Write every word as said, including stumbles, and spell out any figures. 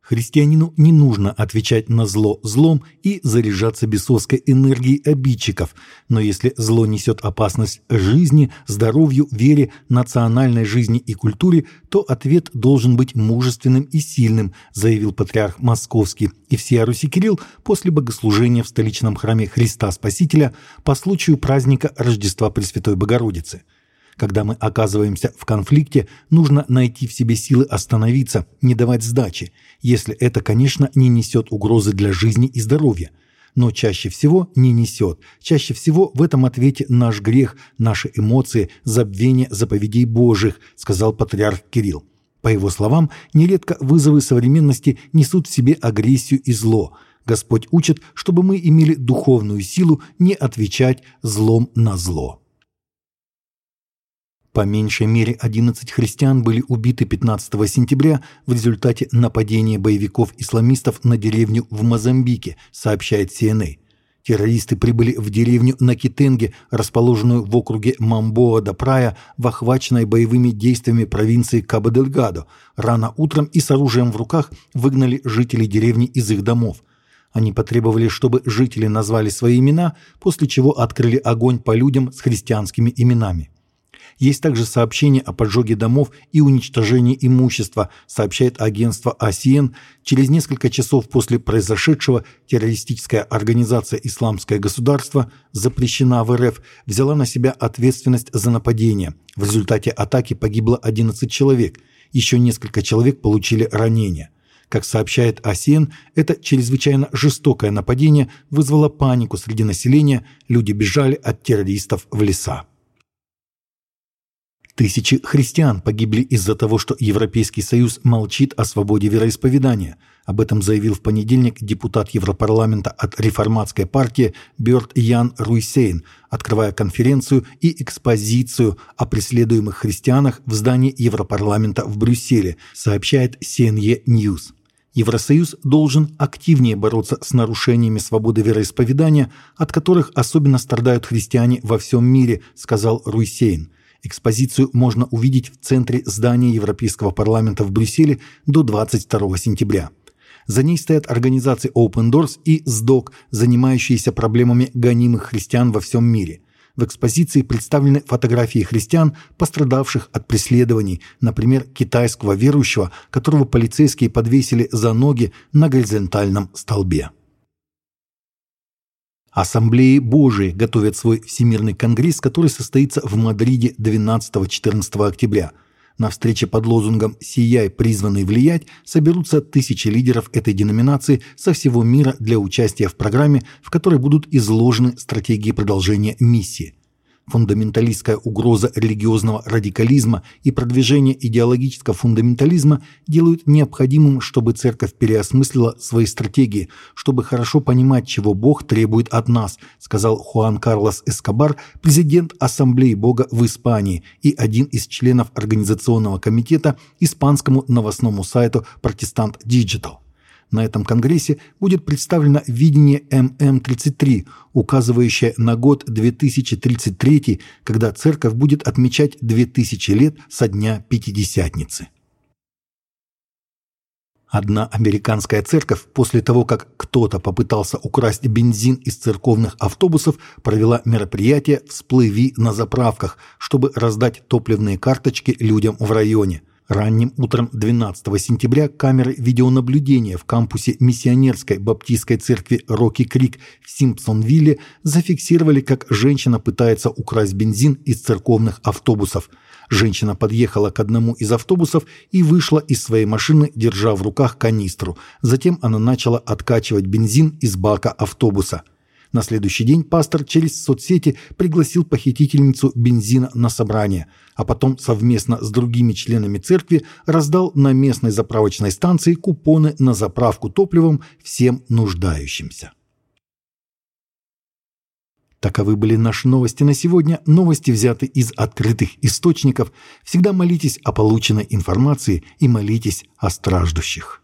Христианину не нужно отвечать на зло злом и заряжаться бесовской энергией обидчиков, но если зло несет опасность жизни, здоровью, вере, национальной жизни и культуре, то ответ должен быть мужественным и сильным, заявил патриарх Московский и всея Руси Кирилл после богослужения в столичном храме Христа Спасителя по случаю праздника Рождества Пресвятой Богородицы. Когда мы оказываемся в конфликте, нужно найти в себе силы остановиться, не давать сдачи, если это, конечно, не несет угрозы для жизни и здоровья. Но чаще всего не несет. Чаще всего в этом ответе наш грех, наши эмоции, забвение заповедей Божьих, сказал патриарх Кирилл. По его словам, нередко вызовы современности несут в себе агрессию и зло. Господь учит, чтобы мы имели духовную силу не отвечать злом на зло. По меньшей мере одиннадцать христиан были убиты пятнадцатого сентября в результате нападения боевиков-исламистов на деревню в Мозамбике, сообщает си эн эй. Террористы прибыли в деревню на Китенге, расположенную в округе Мамбоа-да-Прая, в охваченной боевыми действиями провинции Кабо-дель-Гадо. Рано утром и с оружием в руках выгнали жителей деревни из их домов. Они потребовали, чтобы жители назвали свои имена, после чего открыли огонь по людям с христианскими именами. Есть также сообщение о поджоге домов и уничтожении имущества, сообщает агентство эй си эн. Через несколько часов после произошедшего террористическая организация «Исламское государство», запрещена в эр эф, взяла на себя ответственность за нападение. В результате атаки погибло одиннадцать человек, еще несколько человек получили ранения. Как сообщает эй си эн, это чрезвычайно жестокое нападение вызвало панику среди населения, люди бежали от террористов в леса. Тысячи христиан погибли из-за того, что Европейский Союз молчит о свободе вероисповедания. Об этом заявил в понедельник депутат Европарламента от реформатской партии Бёрт Ян Руйсейн, открывая конференцию и экспозицию о преследуемых христианах в здании Европарламента в Брюсселе, сообщает си эн и News. Евросоюз должен активнее бороться с нарушениями свободы вероисповедания, от которых особенно страдают христиане во всем мире, сказал Руйсейн. Экспозицию можно увидеть в центре здания Европейского парламента в Брюсселе до двадцать второго сентября. За ней стоят организации Open Doors и эс ди о си, занимающиеся проблемами гонимых христиан во всем мире. В экспозиции представлены фотографии христиан, пострадавших от преследований, например, китайского верующего, которого полицейские подвесили за ноги на горизонтальном столбе. Ассамблеи Божии готовят свой Всемирный конгресс, который состоится в Мадриде двенадцатого-четырнадцатого октября. На встрече под лозунгом «Сияй, призванный влиять» соберутся тысячи лидеров этой деноминации со всего мира для участия в программе, в которой будут изложены стратегии продолжения миссии. Фундаменталистская угроза религиозного радикализма и продвижение идеологического фундаментализма делают необходимым, чтобы церковь переосмыслила свои стратегии, чтобы хорошо понимать, чего Бог требует от нас, сказал Хуан Карлос Эскобар, президент Ассамблеи Бога в Испании и один из членов организационного комитета испанскому новостному сайту «Протестант Диджитал». На этом конгрессе будет представлено видение эм эм тридцать три, указывающее на год две тысячи тридцать третий, когда церковь будет отмечать две тысячи лет со дня Пятидесятницы. Одна американская церковь после того, как кто-то попытался украсть бензин из церковных автобусов, провела мероприятие «Всплыви на заправках», чтобы раздать топливные карточки людям в районе. Ранним утром двенадцатого сентября камеры видеонаблюдения в кампусе миссионерской баптистской церкви Рокки Крик в Симпсонвилле зафиксировали, как женщина пытается украсть бензин из церковных автобусов. Женщина подъехала к одному из автобусов и вышла из своей машины, держа в руках канистру. Затем она начала откачивать бензин из бака автобуса. На следующий день пастор через соцсети пригласил похитительницу бензина на собрание, а потом совместно с другими членами церкви раздал на местной заправочной станции купоны на заправку топливом всем нуждающимся. Таковы были наши новости на сегодня. Новости взяты из открытых источников. Всегда молитесь о полученной информации и молитесь о страждущих.